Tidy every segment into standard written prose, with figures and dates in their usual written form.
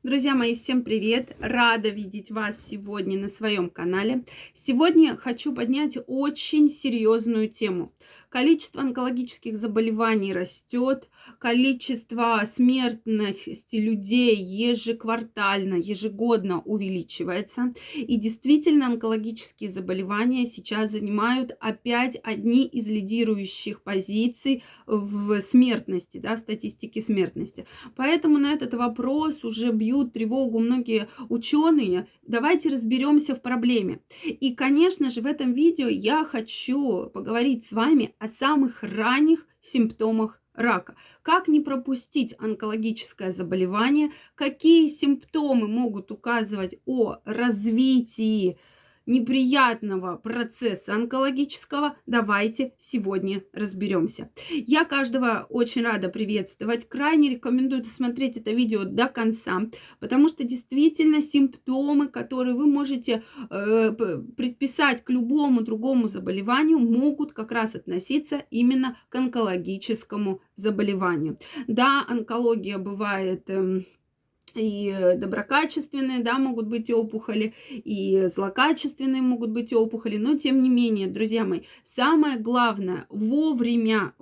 Друзья мои, всем привет! Рада видеть вас сегодня на своем канале. Сегодня хочу поднять очень серьезную тему. Количество онкологических заболеваний растет, количество смертности людей ежеквартально, ежегодно увеличивается. И действительно, онкологические заболевания сейчас занимают опять одни из лидирующих позиций в смертности, в статистике смертности. Поэтому на этот вопрос уже бьют тревогу многие ученые. Давайте разберемся в проблеме. И, конечно же, в этом видео я хочу поговорить с вами о самых ранних симптомах рака. Как не пропустить онкологическое заболевание, какие симптомы могут указывать о развитии неприятного процесса онкологического, давайте сегодня разберемся. Я каждого очень рада приветствовать. Крайне рекомендую досмотреть это видео до конца, потому что действительно симптомы, которые вы можете предписать к любому другому заболеванию, могут как раз относиться именно к онкологическому заболеванию. Да, онкология бывает и доброкачественные, могут быть опухоли, и злокачественные могут быть опухоли, но тем не менее, друзья мои, самое главное вовремя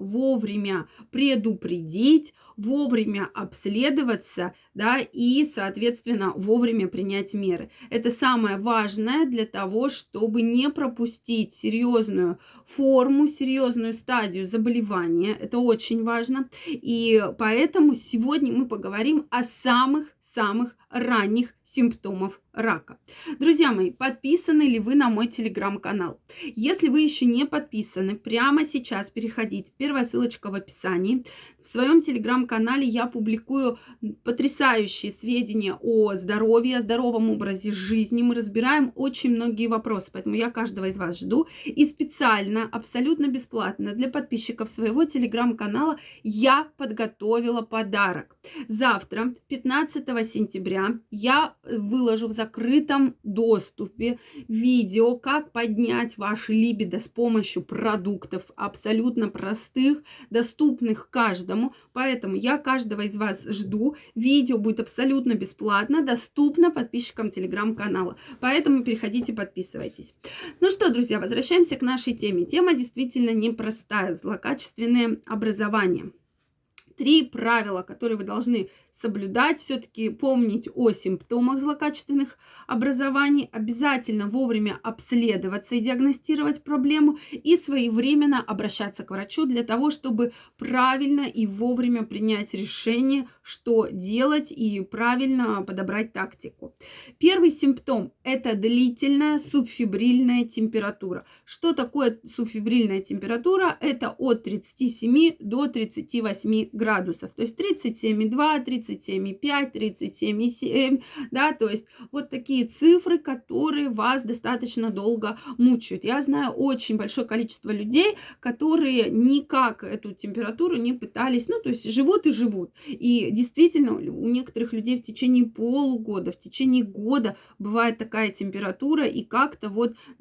предупредить, вовремя обследоваться, и, соответственно, вовремя принять меры. Это самое важное для того, чтобы не пропустить серьезную форму, серьезную стадию заболевания. Это очень важно. И поэтому сегодня мы поговорим о самых ранних симптомов рака. Друзья мои, подписаны ли вы на мой телеграм-канал? Если вы еще не подписаны, прямо сейчас переходите. Первая ссылочка в описании. В своем телеграм-канале я публикую потрясающие сведения о здоровье, о здоровом образе жизни. Мы разбираем очень многие вопросы, поэтому я каждого из вас жду. И специально, абсолютно бесплатно для подписчиков своего телеграм-канала я подготовила подарок. Завтра, 15 сентября, я выложу в закрытом доступе видео, как поднять ваше либидо с помощью продуктов абсолютно простых, доступных каждому. Поэтому я каждого из вас жду. Видео будет абсолютно бесплатно, доступно подписчикам телеграм-канала. Поэтому переходите, подписывайтесь. Ну что, друзья, возвращаемся к нашей теме. Тема действительно непростая. Злокачественные образования. 3 правила, которые вы должны соблюдать, все-таки помнить о симптомах злокачественных образований, обязательно вовремя обследоваться и диагностировать проблему и своевременно обращаться к врачу для того, чтобы правильно и вовремя принять решение, что делать и правильно подобрать тактику. Первый симптом – это длительная субфебрильная температура. Что такое субфебрильная температура? Это от 37 до 38 градусов. То есть 37,2, 37,5, 37,7, то есть вот такие цифры, которые вас достаточно долго мучают. Я знаю очень большое количество людей, которые никак эту температуру не пытались, то есть живут и живут. И действительно, у некоторых людей в течение полугода, в течение года бывает такая температура, и как-то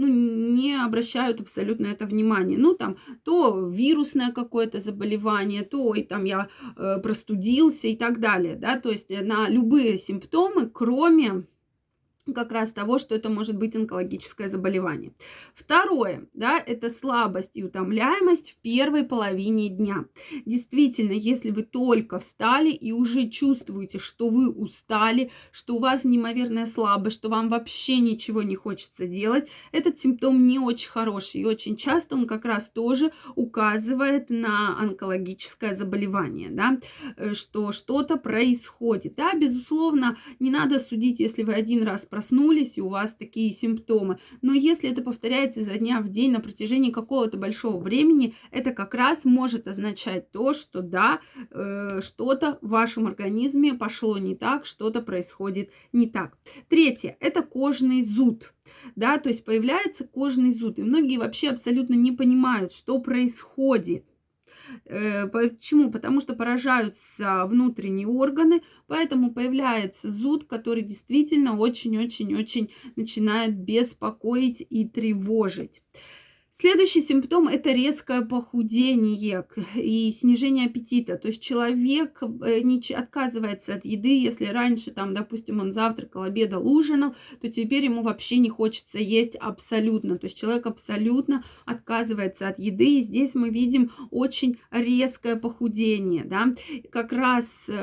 не обращают абсолютно это внимание. То вирусное какое-то заболевание, то я простудился и так далее, то есть на любые симптомы, кроме как раз того, что это может быть онкологическое заболевание. Второе, это слабость и утомляемость в первой половине дня. Действительно, если вы только встали и уже чувствуете, что вы устали, что у вас неимоверная слабость, что вам вообще ничего не хочется делать, этот симптом не очень хороший. И очень часто он как раз тоже указывает на онкологическое заболевание, что что-то происходит. Безусловно, не надо судить, если вы один раз проснулись и у вас такие симптомы. Но если это повторяется изо дня в день на протяжении какого-то большого времени, это как раз может означать то, что что-то в вашем организме пошло не так, что-то происходит не так. Третье – это кожный зуд. То есть появляется кожный зуд. И многие вообще абсолютно не понимают, что происходит. Почему? Потому что поражаются внутренние органы, поэтому появляется зуд, который действительно очень-очень-очень начинает беспокоить и тревожить. Следующий симптом – это резкое похудение и снижение аппетита. То есть человек отказывается от еды. Если раньше, там, допустим, он завтракал, обедал, ужинал, то теперь ему вообще не хочется есть абсолютно. То есть человек абсолютно отказывается от еды. И здесь мы видим очень резкое похудение. Да? Как раз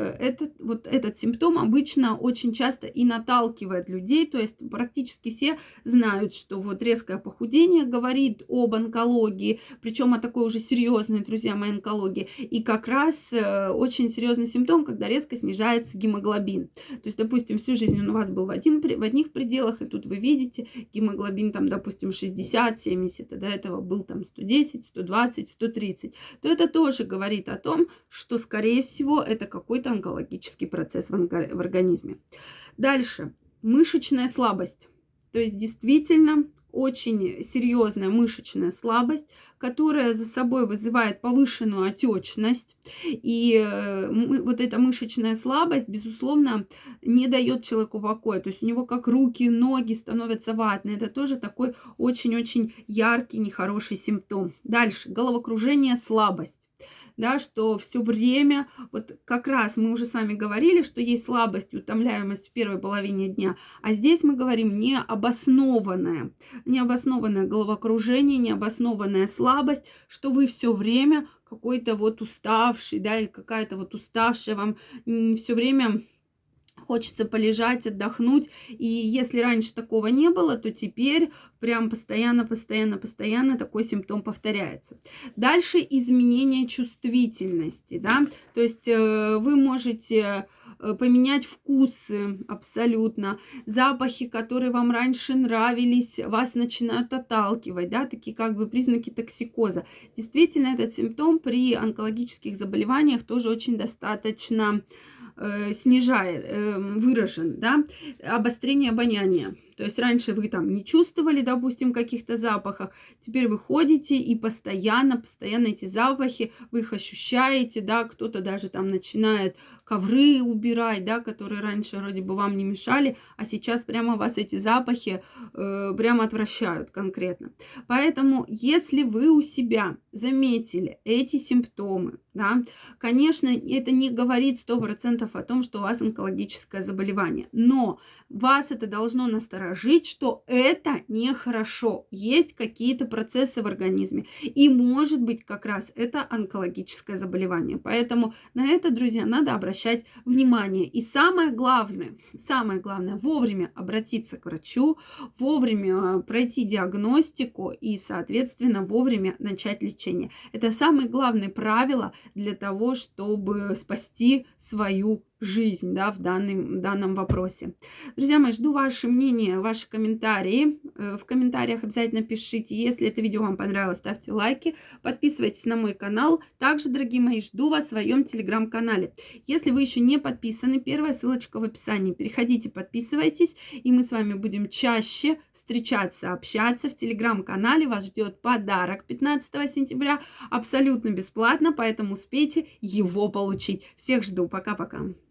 этот симптом обычно очень часто и наталкивает людей. То есть практически все знают, что вот резкое похудение говорит об онкологии, причем о такой уже серьезной, друзья мои, онкологии. И как раз очень серьезный симптом, когда резко снижается гемоглобин. То есть, допустим, всю жизнь он у вас был в одних пределах, и тут вы видите гемоглобин, там, допустим, 60-70, а до этого был там 110, 120, 130. То это тоже говорит о том, что, скорее всего, это какой-то онкологический процесс в организме. Дальше. Мышечная слабость. То есть, действительно, очень серьезная мышечная слабость, которая за собой вызывает повышенную отечность. И вот эта мышечная слабость, безусловно, не дает человеку покоя. То есть у него как руки, ноги становятся ватные. Это тоже такой очень-очень яркий, нехороший симптом. Дальше. Головокружение, слабость. Да, что все время, вот как раз мы уже с вами говорили, что есть слабость и утомляемость в первой половине дня, а здесь мы говорим необоснованное головокружение, необоснованная слабость, что вы все время какой-то вот уставший, да, или какая-то вот уставшая, вам все время хочется полежать, отдохнуть. И если раньше такого не было, то теперь прям постоянно такой симптом повторяется. Дальше изменение чувствительности, да, то есть вы можете поменять вкусы абсолютно, запахи, которые вам раньше нравились, вас начинают отталкивать, да, такие как бы признаки токсикоза. Действительно, этот симптом при онкологических заболеваниях тоже очень достаточно выражен, да, обострение обоняния. То есть раньше вы там не чувствовали, допустим, каких-то запахов, теперь вы ходите и постоянно эти запахи, вы их ощущаете, да, кто-то даже там начинает ковры убирать, да, которые раньше вроде бы вам не мешали, а сейчас прямо вас эти запахи прямо отвращают конкретно. Поэтому, если вы у себя заметили эти симптомы, да, конечно, это не говорит 100% о том, что у вас онкологическое заболевание, но вас это должно насторожить, что это нехорошо. Есть какие-то процессы в организме. И может быть как раз это онкологическое заболевание. Поэтому на это, друзья, надо обращать внимание. И самое главное, вовремя обратиться к врачу, вовремя пройти диагностику и, соответственно, вовремя начать лечение. Это самое главное правило для того, чтобы спасти свою жизнь, да, в данном вопросе. Друзья мои, жду ваше мнение, ваши комментарии. В комментариях обязательно пишите. Если это видео вам понравилось, ставьте лайки, подписывайтесь на мой канал. Также, дорогие мои, жду вас в своем телеграм-канале. Если вы еще не подписаны, первая ссылочка в описании. Переходите, подписывайтесь, и мы с вами будем чаще встречаться, общаться. В телеграм-канале вас ждет подарок 15 сентября, абсолютно бесплатно, поэтому успейте его получить. Всех жду. Пока-пока.